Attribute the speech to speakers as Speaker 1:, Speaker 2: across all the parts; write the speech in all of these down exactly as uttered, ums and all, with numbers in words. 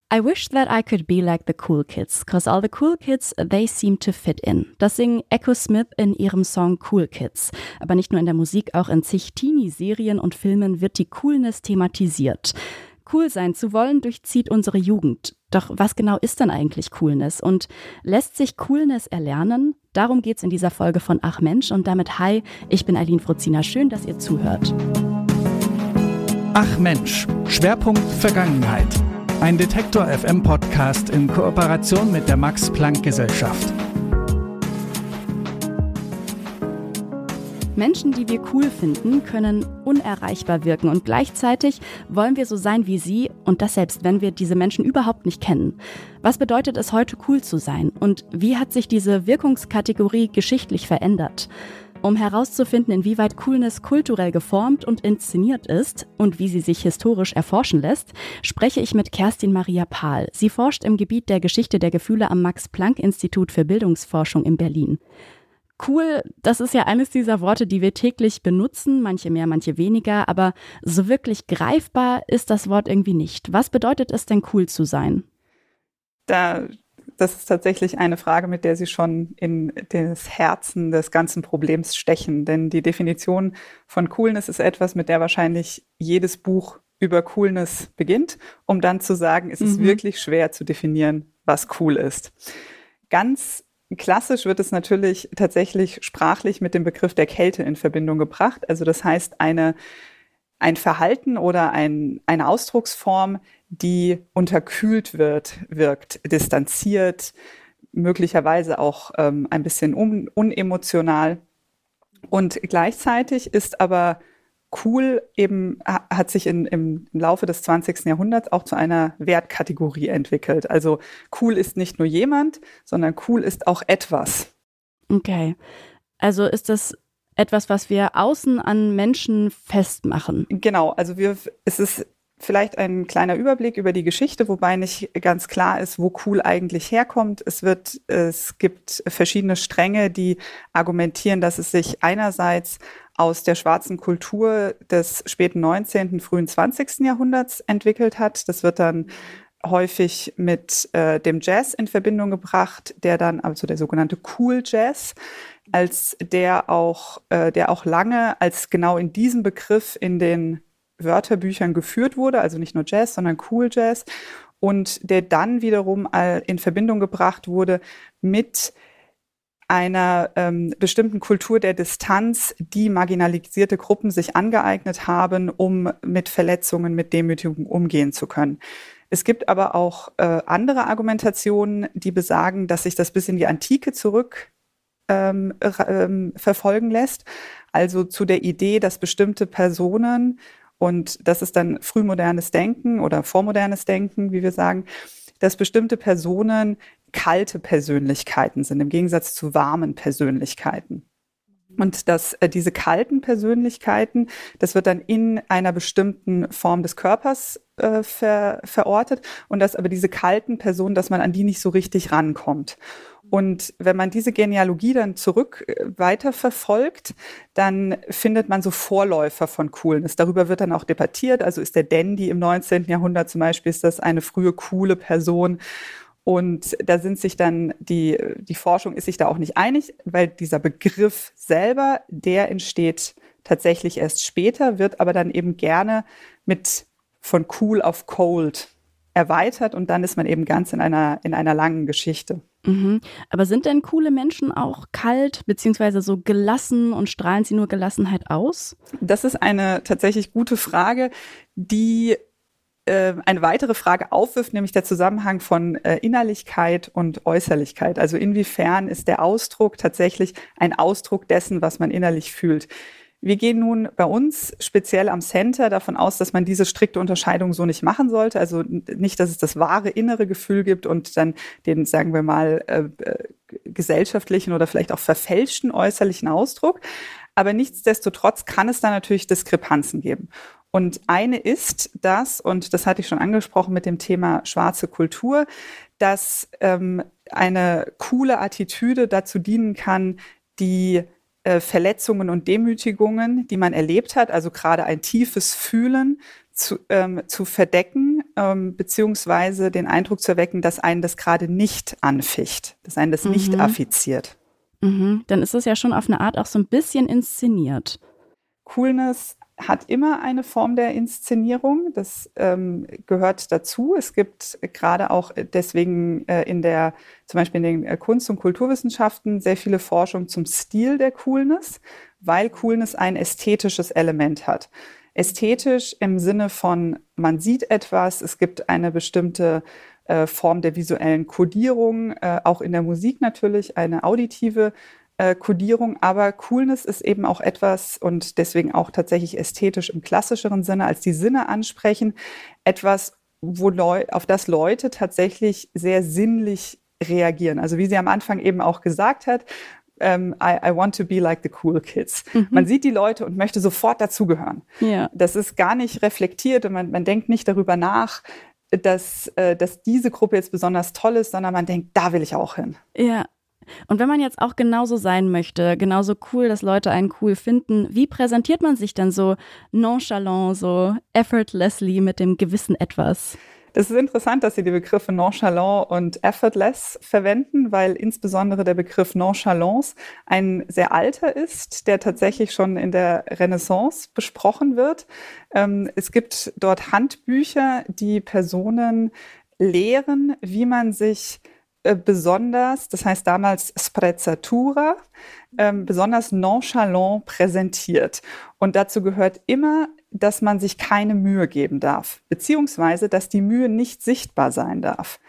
Speaker 1: I wish that I could be like the cool kids, cause all the cool kids, they seem to fit in. Das singen Echo Smith in ihrem Song Cool Kids. Aber nicht nur in der Musik, auch in zig Teenie-Serien und Filmen wird die Coolness thematisiert. Cool sein zu wollen durchzieht unsere Jugend. Doch was genau ist denn eigentlich Coolness? Und lässt sich Coolness erlernen? Darum geht's in dieser Folge von Ach Mensch und damit hi, ich bin Aline Fruzina. Schön, dass ihr zuhört.
Speaker 2: Ach Mensch, Schwerpunkt Vergangenheit. Ein Detektor F M Podcast in Kooperation mit der Max-Planck-Gesellschaft.
Speaker 1: Menschen, die wir cool finden, können unerreichbar wirken und gleichzeitig wollen wir so sein wie sie und das selbst, wenn wir diese Menschen überhaupt nicht kennen. Was bedeutet es heute cool zu sein und wie hat sich diese Wirkungskategorie geschichtlich verändert? Um herauszufinden, inwieweit Coolness kulturell geformt und inszeniert ist und wie sie sich historisch erforschen lässt, spreche ich mit Kerstin Maria Pahl. Sie forscht im Gebiet der Geschichte der Gefühle am Max-Planck-Institut für Bildungsforschung in Berlin. Cool, das ist ja eines dieser Worte, die wir täglich benutzen, manche mehr, manche weniger, aber so wirklich greifbar ist das Wort irgendwie nicht. Was bedeutet es denn, cool zu sein?
Speaker 3: Da Das ist tatsächlich eine Frage, mit der Sie schon in das Herzen des ganzen Problems stechen. Denn die Definition von Coolness ist etwas, mit der wahrscheinlich jedes Buch über Coolness beginnt, um dann zu sagen, es ist mhm. wirklich schwer zu definieren, was cool ist. Ganz klassisch wird es natürlich tatsächlich sprachlich mit dem Begriff der Kälte in Verbindung gebracht. Also das heißt, eine, ein Verhalten oder ein, eine Ausdrucksform, die unterkühlt wird, wirkt, distanziert, möglicherweise auch ähm, ein bisschen un- unemotional. Und gleichzeitig ist aber cool eben, ha- hat sich in, im, im Laufe des zwanzigsten Jahrhunderts auch zu einer Wertkategorie entwickelt. Also cool ist nicht nur jemand, sondern cool ist auch etwas.
Speaker 1: Okay, also ist das etwas, was wir außen an Menschen festmachen?
Speaker 3: Genau, also wir, es ist vielleicht ein kleiner Überblick über die Geschichte, wobei nicht ganz klar ist, wo cool eigentlich herkommt. Es wird, es gibt verschiedene Stränge, die argumentieren, dass es sich einerseits aus der schwarzen Kultur des späten neunzehnten, frühen zwanzigsten Jahrhunderts entwickelt hat. Das wird dann häufig mit äh, dem Jazz in Verbindung gebracht, der dann, also der sogenannte Cool Jazz, als der auch, äh, der auch lange als genau in diesem Begriff in den Wörterbüchern geführt wurde, also nicht nur Jazz, sondern Cool Jazz, und der dann wiederum in Verbindung gebracht wurde mit einer ähm, bestimmten Kultur der Distanz, die marginalisierte Gruppen sich angeeignet haben, um mit Verletzungen, mit Demütigung umgehen zu können. Es gibt aber auch äh, andere Argumentationen, die besagen, dass sich das bis in die Antike zurück ähm, äh, verfolgen lässt, also zu der Idee, dass bestimmte Personen, und das ist dann frühmodernes Denken oder vormodernes Denken, wie wir sagen, dass bestimmte Personen kalte Persönlichkeiten sind, im Gegensatz zu warmen Persönlichkeiten. Und dass äh, diese kalten Persönlichkeiten, das wird dann in einer bestimmten Form des Körpers äh, ver, verortet, und dass aber diese kalten Personen, dass man an die nicht so richtig rankommt. Und wenn man diese Genealogie dann zurück äh, weiter verfolgt, dann findet man so Vorläufer von Coolness. Darüber wird dann auch debattiert. Also ist der Dandy im neunzehnten Jahrhundert zum Beispiel, ist das eine frühe coole Person? Und da sind sich dann, die, die Forschung ist sich da auch nicht einig, weil dieser Begriff selber, der entsteht tatsächlich erst später, wird aber dann eben gerne mit von cool auf cold erweitert, und dann ist man eben ganz in einer, in einer langen Geschichte.
Speaker 1: Mhm. Aber sind denn coole Menschen auch kalt, beziehungsweise so gelassen, und strahlen sie nur Gelassenheit aus?
Speaker 3: Das ist eine tatsächlich gute Frage, die äh, eine weitere Frage aufwirft, nämlich der Zusammenhang von äh, Innerlichkeit und Äußerlichkeit. Also inwiefern ist der Ausdruck tatsächlich ein Ausdruck dessen, was man innerlich fühlt. Wir gehen nun bei uns speziell am Center davon aus, dass man diese strikte Unterscheidung so nicht machen sollte. Also nicht, dass es das wahre innere Gefühl gibt und dann den, sagen wir mal, äh, gesellschaftlichen oder vielleicht auch verfälschten äußerlichen Ausdruck. Aber nichtsdestotrotz kann es da natürlich Diskrepanzen geben. Und eine ist das, und das hatte ich schon angesprochen mit dem Thema schwarze Kultur, dass ähm, eine coole Attitüde dazu dienen kann, die äh, Verletzungen und Demütigungen, die man erlebt hat, also gerade ein tiefes Fühlen, zu, ähm, zu verdecken, ähm, beziehungsweise den Eindruck zu erwecken, dass einen das gerade nicht anficht, dass einen das mhm. nicht affiziert.
Speaker 1: Mhm. Dann ist es ja schon auf eine Art auch so ein bisschen inszeniert.
Speaker 3: Coolness hat immer eine Form der Inszenierung, das ähm, gehört dazu. Es gibt gerade auch deswegen äh, in der, zum Beispiel in den Kunst- und Kulturwissenschaften sehr viele Forschung zum Stil der Coolness, weil Coolness ein ästhetisches Element hat. Ästhetisch im Sinne von, man sieht etwas, es gibt eine bestimmte äh, Form der visuellen Kodierung, äh, auch in der Musik natürlich, eine auditive Kodierung, aber Coolness ist eben auch etwas und deswegen auch tatsächlich ästhetisch im klassischeren Sinne als die Sinne ansprechen, etwas, wo Leu- auf das Leute tatsächlich sehr sinnlich reagieren. Also wie sie am Anfang eben auch gesagt hat, um, I, I want to be like the cool kids. Mhm. Man sieht die Leute und möchte sofort dazugehören. Ja. Das ist gar nicht reflektiert und man, man denkt nicht darüber nach, dass, äh, dass diese Gruppe jetzt besonders toll ist, sondern man denkt, da will ich auch hin.
Speaker 1: Ja. Und wenn man jetzt auch genauso sein möchte, genauso cool, dass Leute einen cool finden, wie präsentiert man sich dann so nonchalant, so effortlessly mit dem gewissen Etwas?
Speaker 3: Das ist interessant, dass Sie die Begriffe nonchalant und effortless verwenden, weil insbesondere der Begriff Nonchalance ein sehr alter ist, der tatsächlich schon in der Renaissance besprochen wird. Es gibt dort Handbücher, die Personen lehren, wie man sich besonders, das heißt damals sprezzatura, ähm, besonders nonchalant präsentiert. Und dazu gehört immer, dass man sich keine Mühe geben darf, beziehungsweise, dass die Mühe nicht sichtbar sein darf.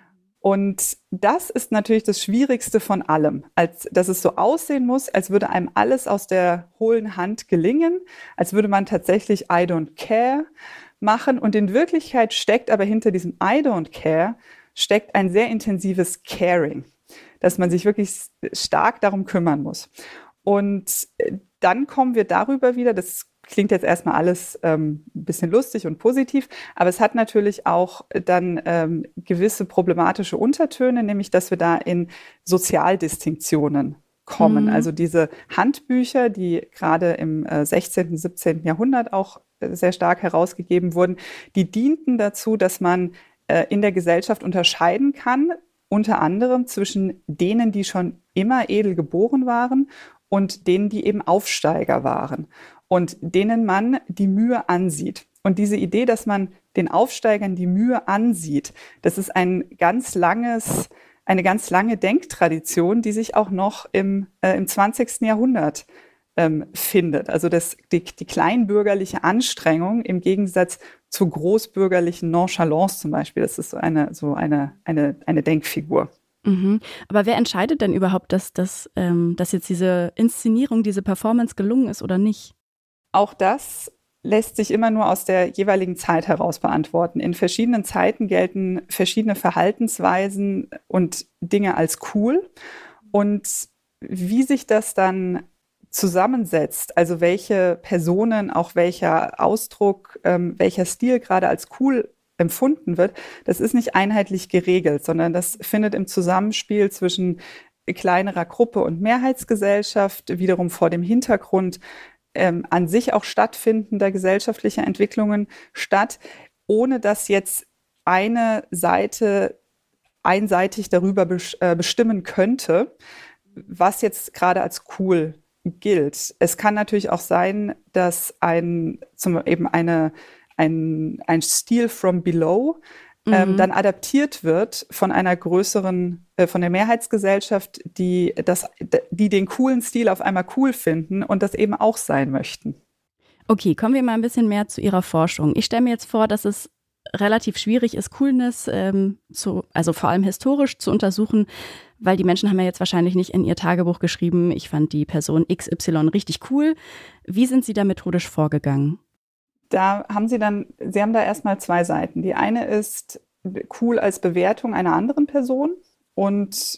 Speaker 3: Und das ist natürlich das Schwierigste von allem, als dass es so aussehen muss, als würde einem alles aus der hohlen Hand gelingen, als würde man tatsächlich I don't care machen. Und in Wirklichkeit steckt aber hinter diesem I don't care steckt ein sehr intensives Caring, dass man sich wirklich stark darum kümmern muss. Und dann kommen wir darüber wieder, das klingt jetzt erstmal alles ähm, ein bisschen lustig und positiv, aber es hat natürlich auch dann ähm, gewisse problematische Untertöne, nämlich dass wir da in Sozialdistinktionen kommen. Mhm. Also diese Handbücher, die gerade im äh, sechzehnten, siebzehnten Jahrhundert auch äh, sehr stark herausgegeben wurden, die dienten dazu, dass man in der Gesellschaft unterscheiden kann, unter anderem zwischen denen, die schon immer edel geboren waren und denen, die eben Aufsteiger waren und denen man die Mühe ansieht. Und diese Idee, dass man den Aufsteigern die Mühe ansieht, das ist ein ganz langes, eine ganz lange Denktradition, die sich auch noch im, äh, im zwanzigsten Jahrhundert ähm, findet. Also das, die, die kleinbürgerliche Anstrengung im Gegensatz zur großbürgerlichen Nonchalance zum Beispiel. Das ist so eine, so eine, eine, eine Denkfigur.
Speaker 1: Mhm. Aber wer entscheidet denn überhaupt, dass, dass, ähm, dass jetzt diese Inszenierung, diese Performance gelungen ist oder nicht?
Speaker 3: Auch das lässt sich immer nur aus der jeweiligen Zeit heraus beantworten. In verschiedenen Zeiten gelten verschiedene Verhaltensweisen und Dinge als cool. Und wie sich das dann zusammensetzt, also welche Personen, auch welcher Ausdruck, ähm, welcher Stil gerade als cool empfunden wird, das ist nicht einheitlich geregelt, sondern das findet im Zusammenspiel zwischen kleinerer Gruppe und Mehrheitsgesellschaft wiederum vor dem Hintergrund ähm, an sich auch stattfindender gesellschaftlicher Entwicklungen statt, ohne dass jetzt eine Seite einseitig darüber bes- äh, bestimmen könnte, was jetzt gerade als cool gilt. Es kann natürlich auch sein, dass ein, zum, eben eine, ein, ein Stil from below ähm, mhm. dann adaptiert wird von einer größeren, äh, von der Mehrheitsgesellschaft, die, das, die den coolen Stil auf einmal cool finden und das eben auch sein möchten.
Speaker 1: Okay, kommen wir mal ein bisschen mehr zu Ihrer Forschung. Ich stelle mir jetzt vor, dass es relativ schwierig ist, Coolness, ähm, zu, also vor allem historisch zu untersuchen, weil die Menschen haben ja jetzt wahrscheinlich nicht in ihr Tagebuch geschrieben, ich fand die Person X Y richtig cool. Wie sind Sie da methodisch vorgegangen?
Speaker 3: Da haben Sie dann, Sie haben da erstmal zwei Seiten. Die eine ist cool als Bewertung einer anderen Person und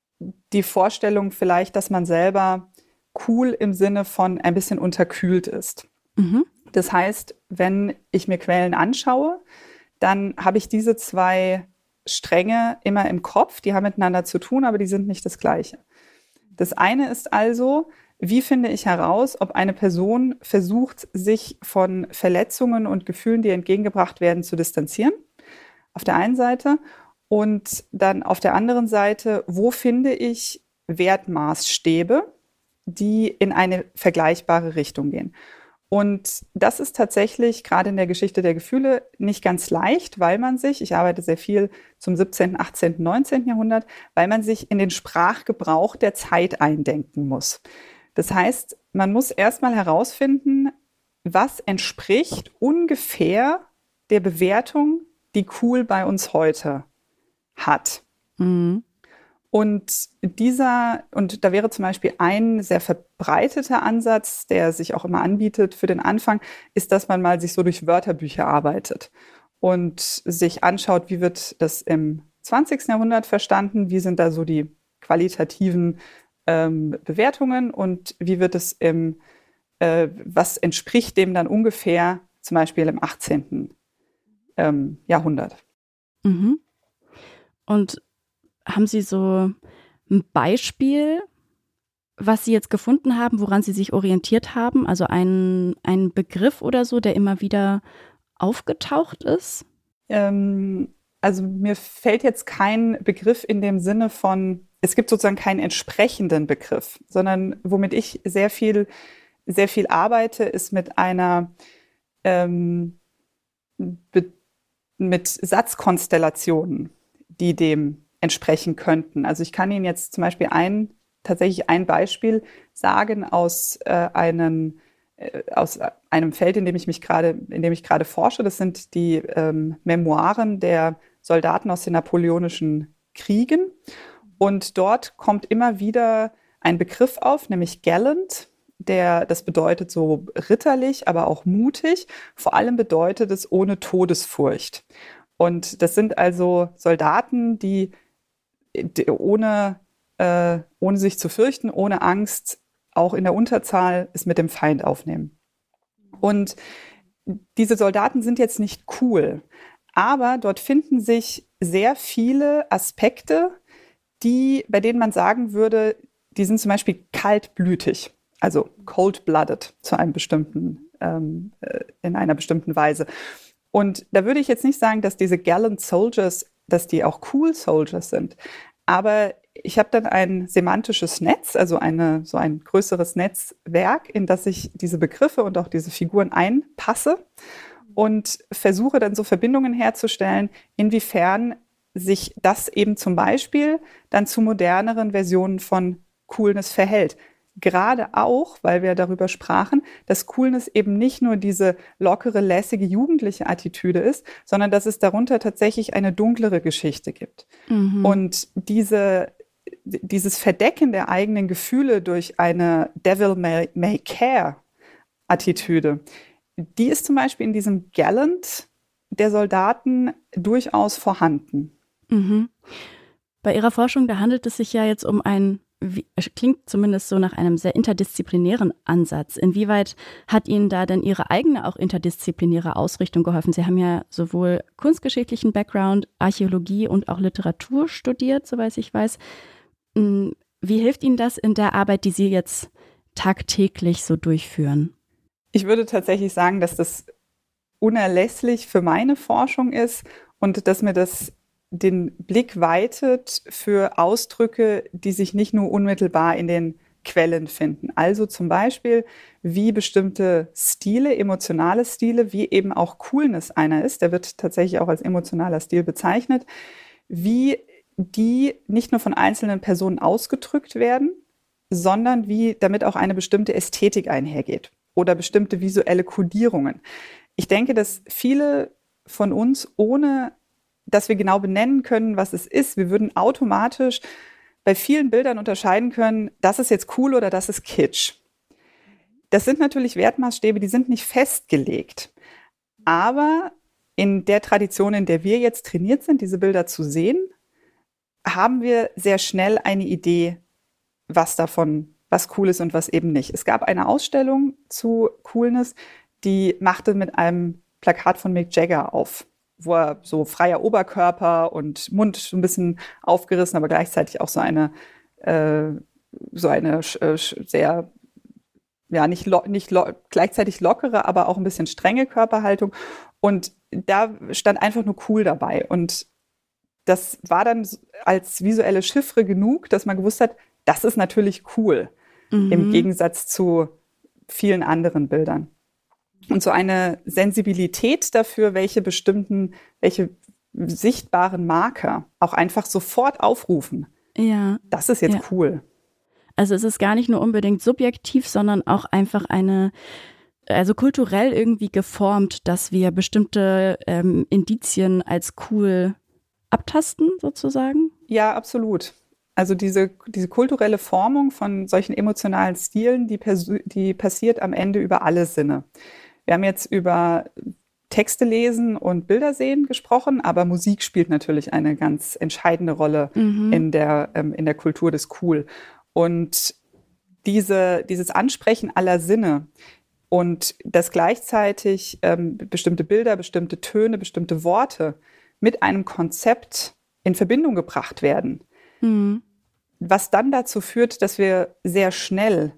Speaker 3: die Vorstellung vielleicht, dass man selber cool im Sinne von ein bisschen unterkühlt ist. Mhm. Das heißt, wenn ich mir Quellen anschaue, dann habe ich diese zwei Stränge immer im Kopf, die haben miteinander zu tun, aber die sind nicht das Gleiche. Das eine ist also, wie finde ich heraus, ob eine Person versucht, sich von Verletzungen und Gefühlen, die entgegengebracht werden, zu distanzieren, auf der einen Seite. Und dann auf der anderen Seite, wo finde ich Wertmaßstäbe, die in eine vergleichbare Richtung gehen. Und das ist tatsächlich gerade in der Geschichte der Gefühle nicht ganz leicht, weil man sich, ich arbeite sehr viel zum siebzehnten, achtzehnten, neunzehnten Jahrhundert, weil man sich in den Sprachgebrauch der Zeit eindenken muss. Das heißt, man muss erstmal herausfinden, was entspricht ungefähr der Bewertung, die cool bei uns heute hat. Mhm. Und dieser, und da wäre zum Beispiel ein sehr verbreiteter Ansatz, der sich auch immer anbietet für den Anfang, ist, dass man mal sich so durch Wörterbücher arbeitet und sich anschaut, wie wird das im zwanzigsten Jahrhundert verstanden, wie sind da so die qualitativen ähm, Bewertungen und wie wird es im, äh, was entspricht dem dann ungefähr zum Beispiel im achtzehnten Ähm, Jahrhundert.
Speaker 1: Mhm. Und haben Sie so ein Beispiel, was Sie jetzt gefunden haben, woran Sie sich orientiert haben? Also ein, ein Begriff oder so, der immer wieder aufgetaucht ist?
Speaker 3: Ähm, also mir fällt jetzt kein Begriff in dem Sinne von, es gibt sozusagen keinen entsprechenden Begriff, sondern womit ich sehr viel, sehr viel arbeite, ist mit einer ähm, be- mit Satzkonstellationen, die dem entsprechen könnten. Also ich kann Ihnen jetzt zum Beispiel ein, tatsächlich ein Beispiel sagen aus, äh, einen, äh, aus einem Feld, in dem ich mich gerade, in dem ich gerade forsche. Das sind die ähm, Memoiren der Soldaten aus den napoleonischen Kriegen. Und dort kommt immer wieder ein Begriff auf, nämlich gallant. Der, das bedeutet so ritterlich, aber auch mutig. Vor allem bedeutet es ohne Todesfurcht. Und das sind also Soldaten, die ohne, äh, ohne sich zu fürchten, ohne Angst, auch in der Unterzahl es mit dem Feind aufnehmen. Und diese Soldaten sind jetzt nicht cool, aber dort finden sich sehr viele Aspekte, die, bei denen man sagen würde, die sind zum Beispiel kaltblütig, also cold-blooded zu einem bestimmten, ähm, in einer bestimmten Weise. Und da würde ich jetzt nicht sagen, dass diese gallant Soldiers, dass die auch cool Soldiers sind. Aber ich habe dann ein semantisches Netz, also eine, so ein größeres Netzwerk, in das ich diese Begriffe und auch diese Figuren einpasse und versuche dann so Verbindungen herzustellen, inwiefern sich das eben zum Beispiel dann zu moderneren Versionen von Coolness verhält. Gerade auch, weil wir darüber sprachen, dass Coolness eben nicht nur diese lockere, lässige, jugendliche Attitüde ist, sondern dass es darunter tatsächlich eine dunklere Geschichte gibt. Mhm. Und diese, dieses Verdecken der eigenen Gefühle durch eine Devil may, may care Attitüde, die ist zum Beispiel in diesem Gallant der Soldaten durchaus vorhanden.
Speaker 1: Mhm. Bei Ihrer Forschung, da handelt es sich ja jetzt um ein Wie, klingt zumindest so nach einem sehr interdisziplinären Ansatz. Inwieweit hat Ihnen da denn Ihre eigene auch interdisziplinäre Ausrichtung geholfen? Sie haben ja sowohl kunstgeschichtlichen Background, Archäologie und auch Literatur studiert, soweit ich weiß. Wie hilft Ihnen das in der Arbeit, die Sie jetzt tagtäglich so durchführen?
Speaker 3: Ich würde tatsächlich sagen, dass das unerlässlich für meine Forschung ist und dass mir das den Blick weitet für Ausdrücke, die sich nicht nur unmittelbar in den Quellen finden. Also zum Beispiel, wie bestimmte Stile, emotionale Stile, wie eben auch Coolness einer ist, der wird tatsächlich auch als emotionaler Stil bezeichnet, wie die nicht nur von einzelnen Personen ausgedrückt werden, sondern wie damit auch eine bestimmte Ästhetik einhergeht oder bestimmte visuelle Kodierungen. Ich denke, dass viele von uns, ohne dass wir genau benennen können, was es ist, wir würden automatisch bei vielen Bildern unterscheiden können, das ist jetzt cool oder das ist Kitsch. Das sind natürlich Wertmaßstäbe, die sind nicht festgelegt. Aber in der Tradition, in der wir jetzt trainiert sind, diese Bilder zu sehen, haben wir sehr schnell eine Idee, was davon, was cool ist und was eben nicht. Es gab eine Ausstellung zu Coolness, die machte mit einem Plakat von Mick Jagger auf, wo er so freier Oberkörper und Mund so ein bisschen aufgerissen, aber gleichzeitig auch so eine, äh, so eine äh, sehr ja, nicht, lo- nicht lo- gleichzeitig lockere, aber auch ein bisschen strenge Körperhaltung. Und da stand einfach nur cool dabei. Und das war dann als visuelle Chiffre genug, dass man gewusst hat, das ist natürlich cool, mhm. im Gegensatz zu vielen anderen Bildern. Und so eine Sensibilität dafür, welche bestimmten, welche sichtbaren Marker auch einfach sofort aufrufen.
Speaker 1: Ja.
Speaker 3: Das ist jetzt
Speaker 1: ja.
Speaker 3: cool.
Speaker 1: Also es ist gar nicht nur unbedingt subjektiv, sondern auch einfach eine, also kulturell irgendwie geformt, dass wir bestimmte ähm, Indizien als cool abtasten, sozusagen?
Speaker 3: Ja, absolut. Also diese, diese kulturelle Formung von solchen emotionalen Stilen, die, persu- die passiert am Ende über alle Sinne. Wir haben jetzt über Texte lesen und Bilder sehen gesprochen, aber Musik spielt natürlich eine ganz entscheidende Rolle mhm. in der, ähm, in der Kultur des Cool. Und diese, dieses Ansprechen aller Sinne und dass gleichzeitig ähm, bestimmte Bilder, bestimmte Töne, bestimmte Worte mit einem Konzept in Verbindung gebracht werden, mhm. was dann dazu führt, dass wir sehr schnell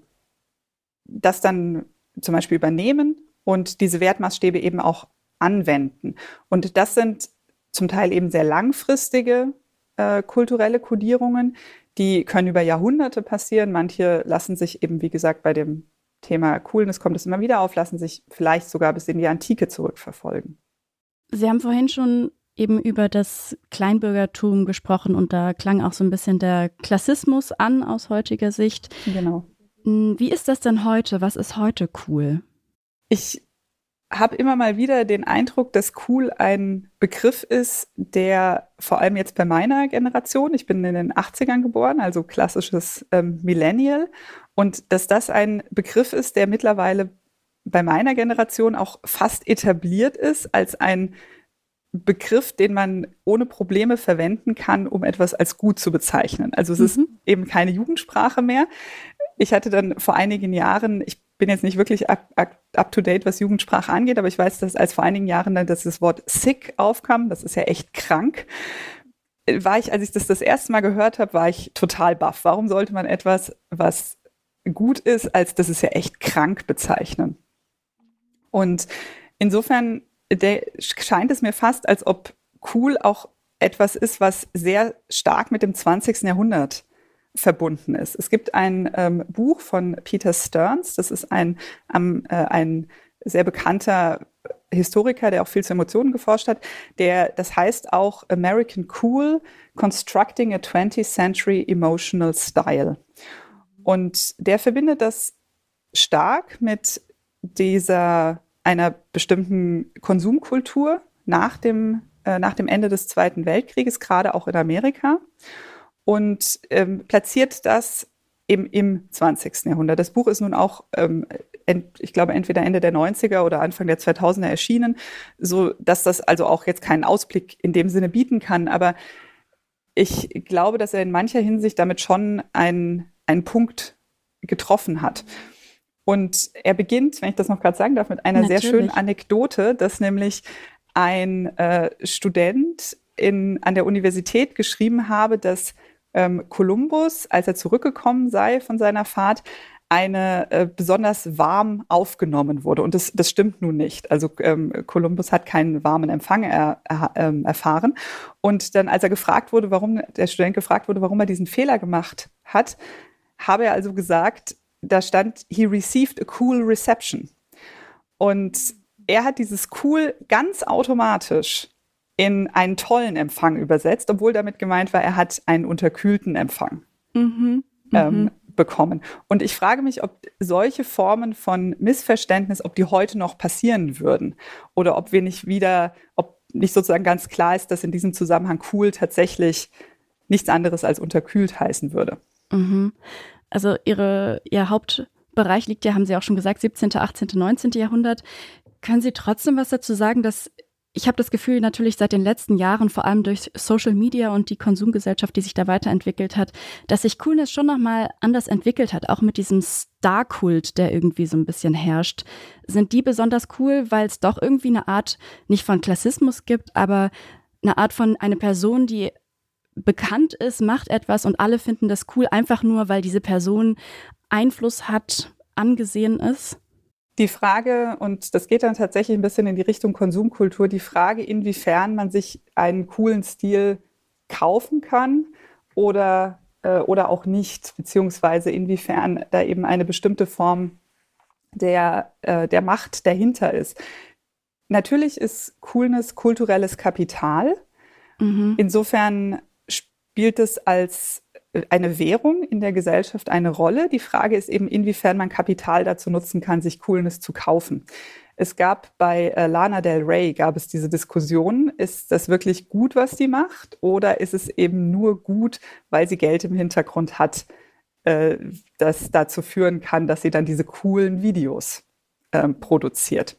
Speaker 3: das dann zum Beispiel übernehmen und diese Wertmaßstäbe eben auch anwenden. Und das sind zum Teil eben sehr langfristige äh, kulturelle Kodierungen, die können über Jahrhunderte passieren. Manche lassen sich eben, wie gesagt, bei dem Thema Coolness kommt es immer wieder auf, lassen sich vielleicht sogar bis in die Antike zurückverfolgen.
Speaker 1: Sie haben vorhin schon eben über das Kleinbürgertum gesprochen und da klang auch so ein bisschen der Klassismus an aus heutiger Sicht.
Speaker 3: Genau.
Speaker 1: Wie ist das denn heute? Was ist heute cool?
Speaker 3: Ich habe immer mal wieder den Eindruck, dass cool ein Begriff ist, der vor allem jetzt bei meiner Generation, ich bin in den achtzigern geboren, also klassisches ähm, Millennial, und dass das ein Begriff ist, der mittlerweile bei meiner Generation auch fast etabliert ist als ein Begriff, den man ohne Probleme verwenden kann, um etwas als gut zu bezeichnen. Also es mhm. ist eben keine Jugendsprache mehr. Ich hatte dann vor einigen Jahren, ich bin jetzt nicht wirklich up, up, up to date, was Jugendsprache angeht, aber ich weiß, dass als vor einigen Jahren dann dass das Wort sick aufkam, das ist ja echt krank, war ich, als ich das das erste Mal gehört habe, war ich total baff. Warum sollte man etwas, was gut ist, als das ist ja echt krank bezeichnen? Und insofern der, scheint es mir fast, als ob cool auch etwas ist, was sehr stark mit dem zwanzigsten Jahrhundert verbunden ist. Es gibt ein ähm, Buch von Peter Stearns, das ist ein, ähm, äh, ein sehr bekannter Historiker, der auch viel zu Emotionen geforscht hat, der, das heißt auch American Cool, Constructing a twentieth Century Emotional Style. Und der verbindet das stark mit dieser, einer bestimmten Konsumkultur nach dem, äh, nach dem Ende des Zweiten Weltkrieges, gerade auch in Amerika. Und ähm, platziert das eben im zwanzigsten Jahrhundert. Das Buch ist nun auch, ähm, ent, ich glaube, entweder Ende der neunziger oder Anfang der zweitausender erschienen, so dass das also auch jetzt keinen Ausblick in dem Sinne bieten kann. Aber ich glaube, dass er in mancher Hinsicht damit schon einen, einen Punkt getroffen hat. Und er beginnt, wenn ich das noch gerade sagen darf, mit einer Natürlich. sehr schönen Anekdote, dass nämlich ein äh, Student in, an der Universität geschrieben habe, dass ähm, Kolumbus, als er zurückgekommen sei von seiner Fahrt, eine äh, besonders warm aufgenommen wurde. Und das, das stimmt nun nicht. Also ähm, Kolumbus hat keinen warmen Empfang er, er, ähm, erfahren. Und dann, als er gefragt wurde, warum, der Student gefragt wurde, warum er diesen Fehler gemacht hat, habe er also gesagt, da stand, he received a cool reception. Und er hat dieses cool ganz automatisch in einen tollen Empfang übersetzt, obwohl damit gemeint war, er hat einen unterkühlten Empfang mhm, ähm, bekommen. Und ich frage mich, ob solche Formen von Missverständnis, ob die heute noch passieren würden oder ob wir nicht wieder, ob nicht sozusagen ganz klar ist, dass in diesem Zusammenhang cool tatsächlich nichts anderes als unterkühlt heißen würde.
Speaker 1: Mhm. Also ihre, Ihr Hauptbereich liegt ja, haben Sie auch schon gesagt, siebzehnten., achtzehnten., neunzehnten. Jahrhundert. Können Sie trotzdem was dazu sagen, dass ich habe das Gefühl, natürlich seit den letzten Jahren, vor allem durch Social Media und die Konsumgesellschaft, die sich da weiterentwickelt hat, dass sich Coolness schon nochmal anders entwickelt hat, auch mit diesem Star-Kult, der irgendwie so ein bisschen herrscht. Sind die besonders cool, weil es doch irgendwie eine Art, nicht von Klassismus gibt, aber eine Art von einer Person, die bekannt ist, macht etwas und alle finden das cool, einfach nur, weil diese Person Einfluss hat angesehen ist?
Speaker 3: Die Frage, und das geht dann tatsächlich ein bisschen in die Richtung Konsumkultur, die Frage, inwiefern man sich einen coolen Stil kaufen kann oder, äh, oder auch nicht, beziehungsweise inwiefern da eben eine bestimmte Form der, äh, der Macht dahinter ist. Natürlich ist Coolness kulturelles Kapital. Mhm. Insofern spielt es als eine Währung in der Gesellschaft eine Rolle. Die Frage ist eben, inwiefern man Kapital dazu nutzen kann, sich Coolness zu kaufen. Es gab bei äh, Lana Del Rey, gab es diese Diskussion, ist das wirklich gut, was sie macht, oder ist es eben nur gut, weil sie Geld im Hintergrund hat, äh, das dazu führen kann, dass sie dann diese coolen Videos äh, produziert.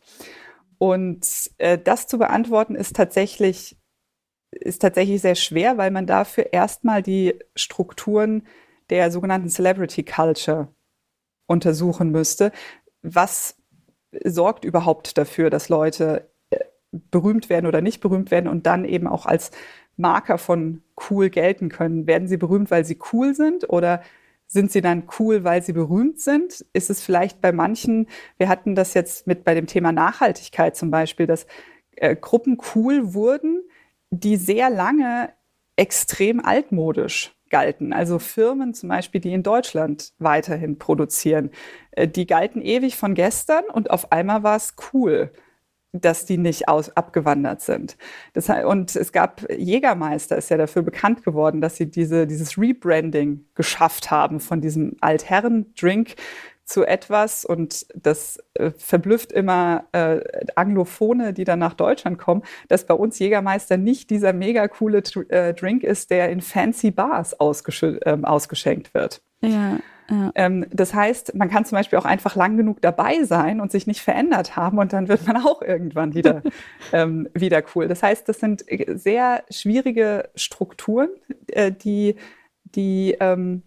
Speaker 3: Und äh, das zu beantworten ist tatsächlich ist tatsächlich sehr schwer, weil man dafür erstmal die Strukturen der sogenannten Celebrity Culture untersuchen müsste. Was sorgt überhaupt dafür, dass Leute berühmt werden oder nicht berühmt werden und dann eben auch als Marker von cool gelten können? Werden sie berühmt, weil sie cool sind, oder sind sie dann cool, weil sie berühmt sind? Ist es vielleicht bei manchen, wir hatten das jetzt mit bei dem Thema Nachhaltigkeit zum Beispiel, dass äh, Gruppen cool wurden, die sehr lange extrem altmodisch galten. Also Firmen zum Beispiel, die in Deutschland weiterhin produzieren, die galten ewig von gestern und auf einmal war es cool, dass die nicht aus, abgewandert sind. Das, und es gab, Jägermeister ist ja dafür bekannt geworden, dass sie diese, dieses Rebranding geschafft haben von diesem Altherren-Drink zu etwas, und das äh, verblüfft immer äh, Anglophone, die dann nach Deutschland kommen, dass bei uns Jägermeister nicht dieser mega coole äh, Drink ist, der in fancy Bars ausgesch- äh, ausgeschenkt wird.
Speaker 1: Ja, ja.
Speaker 3: Ähm, das heißt, man kann zum Beispiel auch einfach lang genug dabei sein und sich nicht verändert haben, und dann wird man auch irgendwann wieder, ähm, wieder cool. Das heißt, das sind sehr schwierige Strukturen, äh, die, die ähm,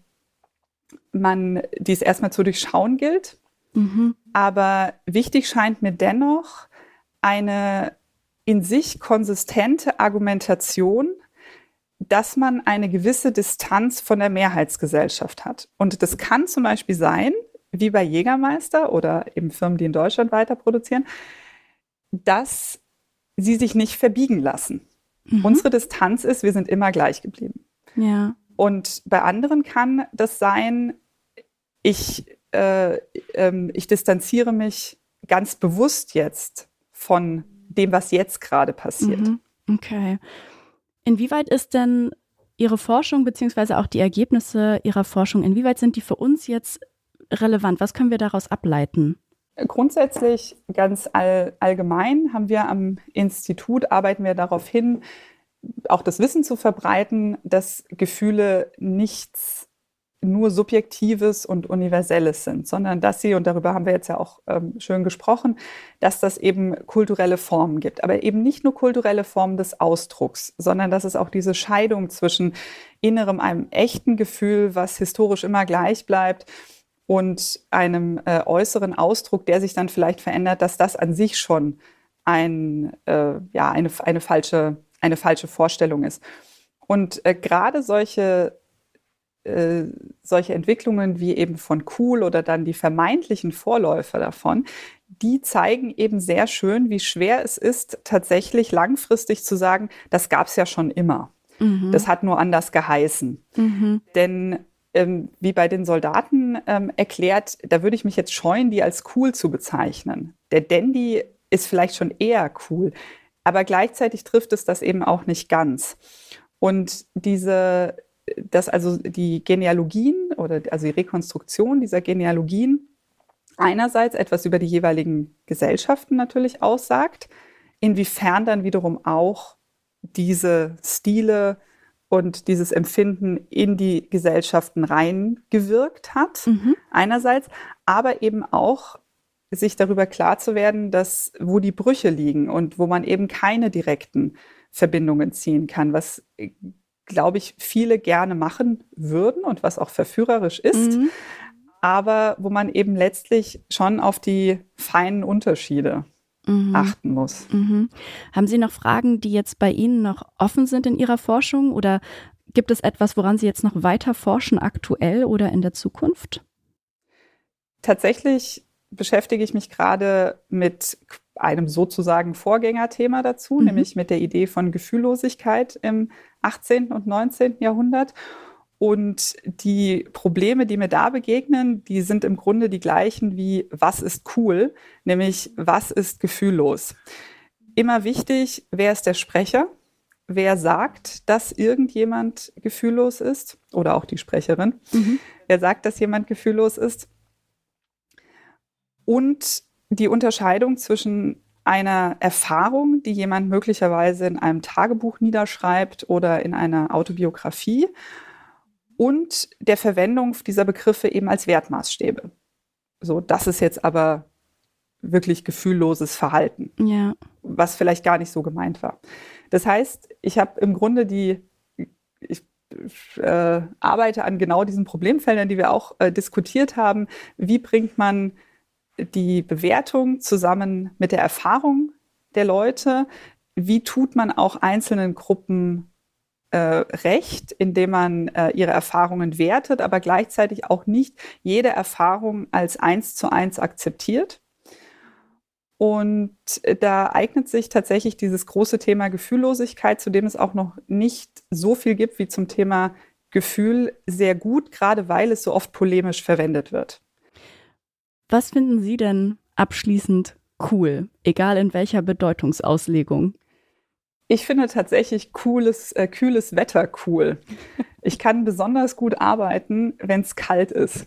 Speaker 3: man, die es erstmal zu durchschauen gilt. Mhm. Aber wichtig scheint mir dennoch eine in sich konsistente Argumentation, dass man eine gewisse Distanz von der Mehrheitsgesellschaft hat. Und das kann zum Beispiel sein, wie bei Jägermeister oder eben Firmen, die in Deutschland weiter produzieren, dass sie sich nicht verbiegen lassen. Mhm. Unsere Distanz ist, wir sind immer gleich geblieben.
Speaker 1: Ja.
Speaker 3: Und bei anderen kann das sein, ich, äh, ähm, ich distanziere mich ganz bewusst jetzt von dem, was jetzt gerade passiert.
Speaker 1: Mhm. Okay. Inwieweit ist denn Ihre Forschung beziehungsweise auch die Ergebnisse Ihrer Forschung, inwieweit sind die für uns jetzt relevant? Was können wir daraus ableiten?
Speaker 3: Grundsätzlich ganz all, allgemein haben wir am Institut, arbeiten wir darauf hin, auch das Wissen zu verbreiten, dass Gefühle nichts nur Subjektives und Universelles sind, sondern dass sie, und darüber haben wir jetzt ja auch ähm, schön gesprochen, dass das eben kulturelle Formen gibt. Aber eben nicht nur kulturelle Formen des Ausdrucks, sondern dass es auch diese Scheidung zwischen innerem, einem echten Gefühl, was historisch immer gleich bleibt, und einem äh, äußeren Ausdruck, der sich dann vielleicht verändert, dass das an sich schon ein, äh, ja, eine, eine falsche eine falsche Vorstellung ist. Und äh, gerade solche, äh, solche Entwicklungen wie eben von cool oder dann die vermeintlichen Vorläufer davon, die zeigen eben sehr schön, wie schwer es ist, tatsächlich langfristig zu sagen, das gab es ja schon immer. Mhm. Das hat nur anders geheißen. Mhm. Denn ähm, wie bei den Soldaten ähm, erklärt, da würde ich mich jetzt scheuen, die als cool zu bezeichnen. Der Dandy ist vielleicht schon eher cool. Aber gleichzeitig trifft es das eben auch nicht ganz. Und diese, dass also die Genealogien oder also die Rekonstruktion dieser Genealogien einerseits etwas über die jeweiligen Gesellschaften natürlich aussagt, inwiefern dann wiederum auch diese Stile und dieses Empfinden in die Gesellschaften reingewirkt hat, mhm. einerseits, aber eben auch sich darüber klar zu werden, dass wo die Brüche liegen und wo man eben keine direkten Verbindungen ziehen kann, was, glaube ich, viele gerne machen würden und was auch verführerisch ist, mhm. aber wo man eben letztlich schon auf die feinen Unterschiede mhm. achten muss.
Speaker 1: Mhm. Haben Sie noch Fragen, die jetzt bei Ihnen noch offen sind in Ihrer Forschung, oder gibt es etwas, woran Sie jetzt noch weiter forschen, aktuell oder in der Zukunft?
Speaker 3: Tatsächlich beschäftige ich mich gerade mit einem sozusagen Vorgängerthema dazu, mhm. nämlich mit der Idee von Gefühllosigkeit im achtzehnten und neunzehnten Jahrhundert. Und die Probleme, die mir da begegnen, die sind im Grunde die gleichen wie was ist cool, nämlich was ist gefühllos. Immer wichtig, wer ist der Sprecher? Wer sagt, dass irgendjemand gefühllos ist? Oder auch die Sprecherin. Mhm. Wer sagt, dass jemand gefühllos ist? Und die Unterscheidung zwischen einer Erfahrung, die jemand möglicherweise in einem Tagebuch niederschreibt oder in einer Autobiografie, und der Verwendung dieser Begriffe eben als Wertmaßstäbe. So, das ist jetzt aber wirklich gefühlloses Verhalten, ja. was vielleicht gar nicht so gemeint war. Das heißt, ich habe im Grunde die, ich äh, arbeite an genau diesen Problemfeldern, die wir auch äh, diskutiert haben. Wie bringt man die Bewertung zusammen mit der Erfahrung der Leute? Wie tut man auch einzelnen Gruppen äh, recht, indem man äh, ihre Erfahrungen wertet, aber gleichzeitig auch nicht jede Erfahrung als eins zu eins akzeptiert? Und da eignet sich tatsächlich dieses große Thema Gefühllosigkeit, zu dem es auch noch nicht so viel gibt wie zum Thema Gefühl, sehr gut, gerade weil es so oft polemisch verwendet wird.
Speaker 1: Was finden Sie denn abschließend cool, egal in welcher Bedeutungsauslegung?
Speaker 3: Ich finde tatsächlich cooles, äh, kühles Wetter cool. Ich kann besonders gut arbeiten, wenn es kalt ist.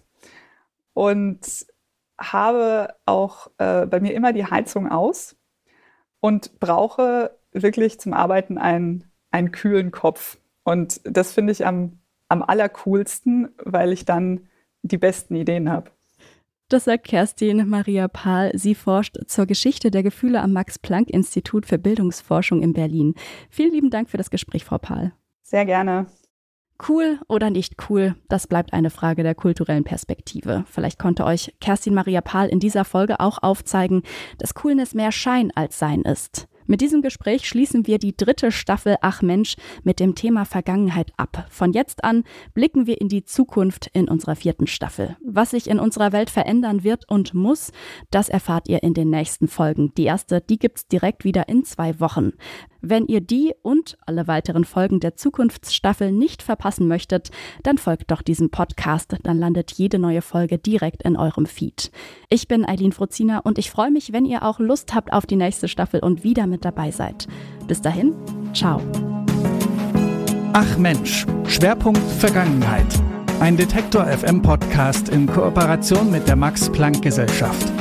Speaker 3: Und habe auch äh, bei mir immer die Heizung aus und brauche wirklich zum Arbeiten einen, einen kühlen Kopf. Und das finde ich am, am allercoolsten, weil ich dann die besten Ideen habe.
Speaker 1: Das sagt Kerstin Maria Pahl. Sie forscht zur Geschichte der Gefühle am Max-Planck-Institut für Bildungsforschung in Berlin. Vielen lieben Dank für das Gespräch, Frau Pahl.
Speaker 3: Sehr gerne.
Speaker 1: Cool oder nicht cool, das bleibt eine Frage der kulturellen Perspektive. Vielleicht konnte euch Kerstin Maria Pahl in dieser Folge auch aufzeigen, dass Coolness mehr Schein als Sein ist. Mit diesem Gespräch schließen wir die dritte Staffel Ach Mensch mit dem Thema Vergangenheit ab. Von jetzt an blicken wir in die Zukunft in unserer vierten Staffel. Was sich in unserer Welt verändern wird und muss, das erfahrt ihr in den nächsten Folgen. Die erste, die gibt's direkt wieder in zwei Wochen. Wenn ihr die und alle weiteren Folgen der Zukunftsstaffel nicht verpassen möchtet, dann folgt doch diesem Podcast, dann landet jede neue Folge direkt in eurem Feed. Ich bin Eileen Fruzina und ich freue mich, wenn ihr auch Lust habt auf die nächste Staffel und wieder mit dabei seid. Bis dahin, ciao.
Speaker 2: Ach Mensch, Schwerpunkt Vergangenheit. Ein Detektor F M Podcast in Kooperation mit der Max-Planck-Gesellschaft.